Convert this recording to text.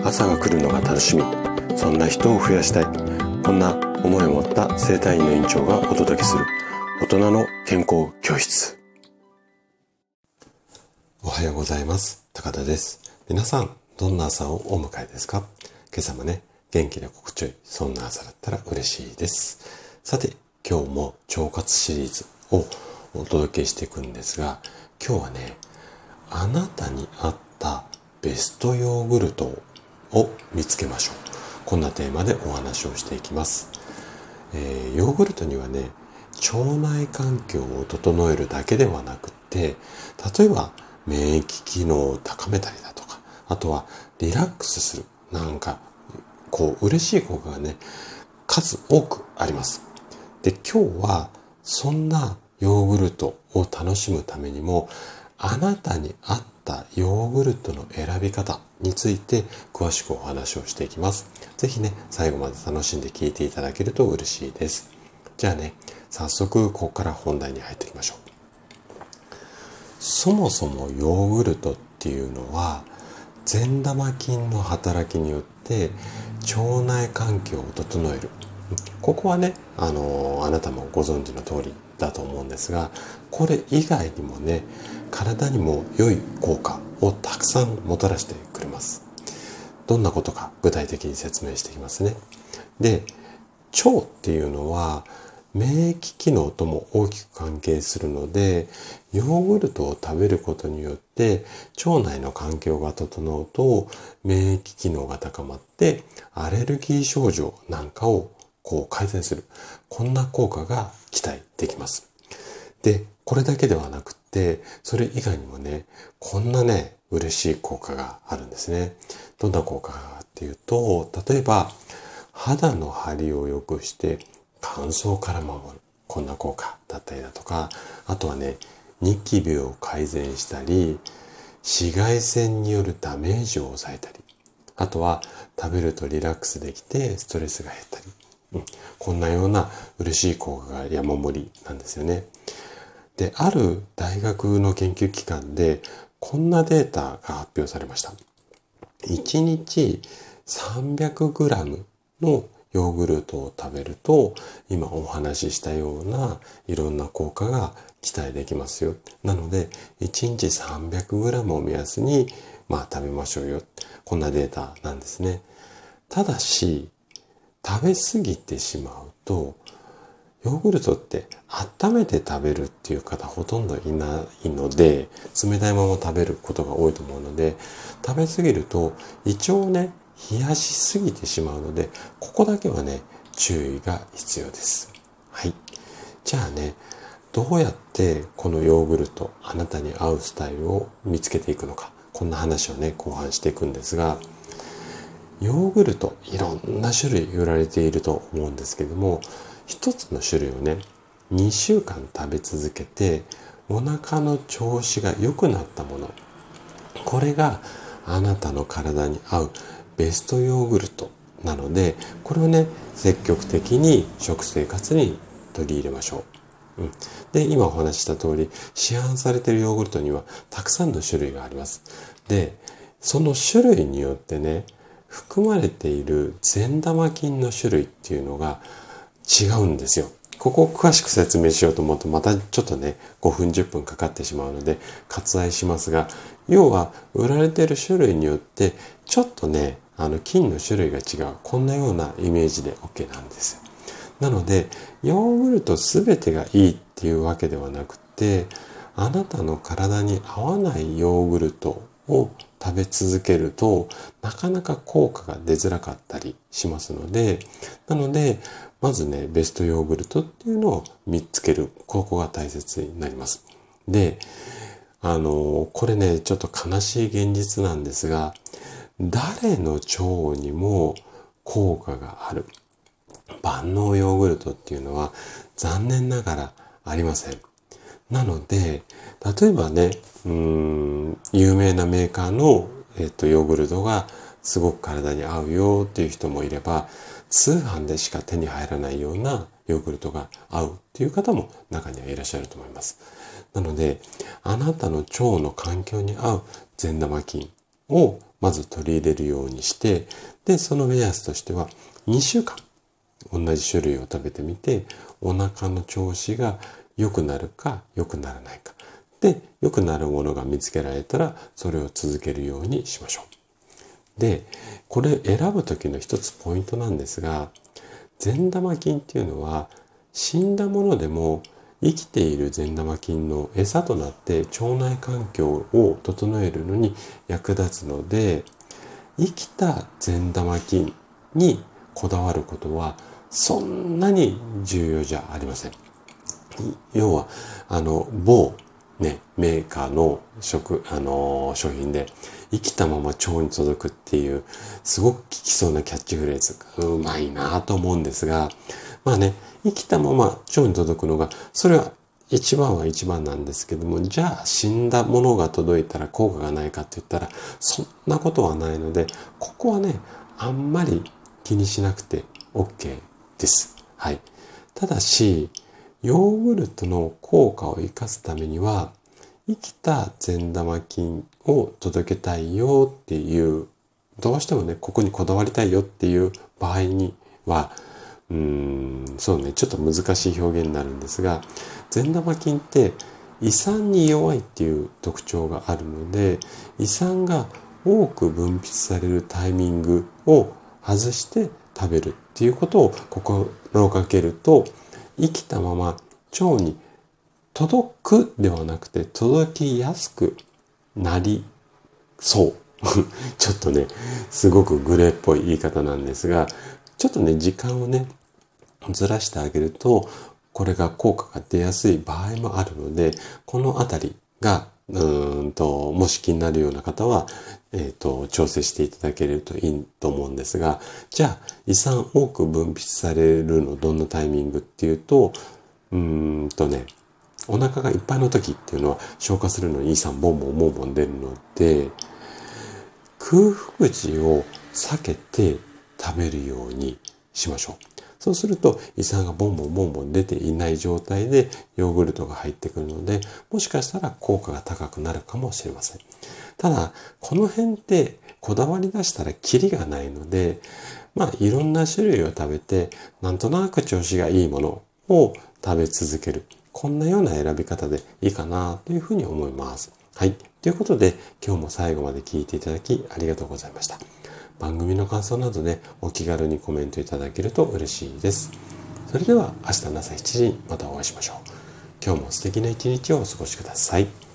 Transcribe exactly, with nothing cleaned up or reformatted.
朝が来るのが楽しみ、そんな人を増やしたい、こんな思いを持った整体院の院長がお届けする大人の健康教室。おはようございます。高田です。皆さんどんな朝をお迎えですか？今朝もね、元気で心地よい、そんな朝だったら嬉しいです。さて、今日も腸活シリーズをお届けしていくんですが、今日はね、あなたに合ったベストヨーグルトを見つけましょう。こんなテーマでお話をしていきます。えー、ヨーグルトにはね、腸内環境を整えるだけではなくて、例えば免疫機能を高めたりだとか、あとはリラックスする、なんかこう嬉しい効果がね、数多くあります。で、今日はそんなヨーグルトを楽しむためにも、あなたに合ったヨーグルトの選び方について詳しくお話をしていきます。ぜひね、最後まで楽しんで聞いていただけると嬉しいです。じゃあね、早速ここから本題に入っていきましょう。そもそもヨーグルトっていうのは、善玉菌の働きによって腸内環境を整える。ここはね、あのあなたもご存知の通りだと思うんですが、これ以外にもね、体にも良い効果をたくさんもたらしてくれます。どんなことか具体的に説明していきますね。で、腸っていうのは免疫機能とも大きく関係するので、ヨーグルトを食べることによって腸内の環境が整うと免疫機能が高まってアレルギー症状なんかをこう改善する、こんな効果が期待できます。で、これだけではなくて、それ以外にもね、こんなね、嬉しい効果があるんですね。どんな効果かっていうと、例えば肌の張りを良くして乾燥から守る、こんな効果だったりだとか、あとはね、ニキビを改善したり、紫外線によるダメージを抑えたり、あとは食べるとリラックスできてストレスが減ったり、うん、こんなような嬉しい効果が山盛りなんですよね。で、ある大学の研究機関でこんなデータが発表されました。いちにち さんびゃくグラム のヨーグルトを食べると、今お話ししたようないろんな効果が期待できますよ。なので、いちにち さんびゃくグラム を目安に、まあ食べましょうよ。こんなデータなんですね。ただし、食べ過ぎてしまうと、ヨーグルトって温めて食べるっていう方ほとんどいないので、冷たいまま食べることが多いと思うので、食べ過ぎると胃腸をね、冷やしすぎてしまうので、ここだけはね、注意が必要です。はい。じゃあね、どうやってこのヨーグルト、あなたに合うスタイルを見つけていくのか、こんな話をね、後半していくんですが、ヨーグルト、いろんな種類売られていると思うんですけども、一つの種類をね、にしゅうかん食べ続けて、お腹の調子が良くなったもの、これがあなたの体に合うベストヨーグルトなので、これをね、積極的に食生活に取り入れましょう。うん、で、今お話しした通り、市販されているヨーグルトにはたくさんの種類があります。で、その種類によってね、含まれている善玉菌の種類っていうのが違うんですよ。ここを詳しく説明しようと思うとまたちょっとね、ごふんじゅっぷんかかってしまうので割愛しますが、要は売られている種類によってちょっとね、あの菌の種類が違う、こんなようなイメージで OK なんですよ。なのでヨーグルト全てがいいっていうわけではなくて、あなたの体に合わないヨーグルトを食べ続けるとなかなか効果が出づらかったりしますので、なのでまずね、ベストヨーグルトっていうのを見つける、ここが大切になります。で、あのこれね、ちょっと悲しい現実なんですが、誰の腸にも効果がある万能ヨーグルトっていうのは残念ながらありません。なので、例えばね、うーん、有名なメーカーの、えっと、ヨーグルトがすごく体に合うよっていう人もいれば、通販でしか手に入らないようなヨーグルトが合うっていう方も中にはいらっしゃると思います。なので、あなたの腸の環境に合う善玉菌をまず取り入れるようにして、で、その目安としてはにしゅうかん同じ種類を食べてみて、お腹の調子が良くなるか良くならないか。で、良くなるものが見つけられたら、それを続けるようにしましょう。で、これ選ぶ時の一つポイントなんですが、善玉菌っていうのは死んだものでも生きている善玉菌の餌となって腸内環境を整えるのに役立つので、生きた善玉菌にこだわることはそんなに重要じゃありません。要はあの某ね、メーカーの食、あのー、商品で生きたまま腸に届くっていうすごく効きそうなキャッチフレーズ、うまいなと思うんですが、まあね、生きたまま腸に届くのがそれは一番は一番なんですけども、じゃあ死んだものが届いたら効果がないかって言ったらそんなことはないので、ここはねあんまり気にしなくて OK です。はい。ただしヨーグルトの効果を生かすためには、生きた善玉菌を届けたいよっていう、どうしてもね、ここにこだわりたいよっていう場合には、うーん、そうね、ちょっと難しい表現になるんですが、善玉菌って胃酸に弱いっていう特徴があるので、胃酸が多く分泌されるタイミングを外して食べるっていうことを心がけると、生きたまま腸に届くではなくて届きやすくなりそうちょっとねすごくグレーっぽい言い方なんですが、ちょっとね時間をねずらしてあげるとこれが効果が出やすい場合もあるので、このあたりがうーんともし気になるような方は、えーと、調整していただけるといいと思うんですが、じゃあ胃酸多く分泌されるのどんなタイミングっていうと、うーんとねお腹がいっぱいの時っていうのは消化するのに胃酸ボンボンボンボン出るので、空腹時を避けて食べるようにしましょう。そうすると胃酸がボンボンボンボン出ていない状態でヨーグルトが入ってくるので、もしかしたら効果が高くなるかもしれません。ただこの辺ってこだわり出したらキリがないので、まあいろんな種類を食べてなんとなく調子がいいものを食べ続ける、こんなような選び方でいいかなというふうに思います。はい。ということで今日も最後まで聞いていただきありがとうございました。番組の感想などでお気軽にコメントいただけると嬉しいです。それでは明日の朝しちじにまたお会いしましょう。今日も素敵な一日をお過ごしください。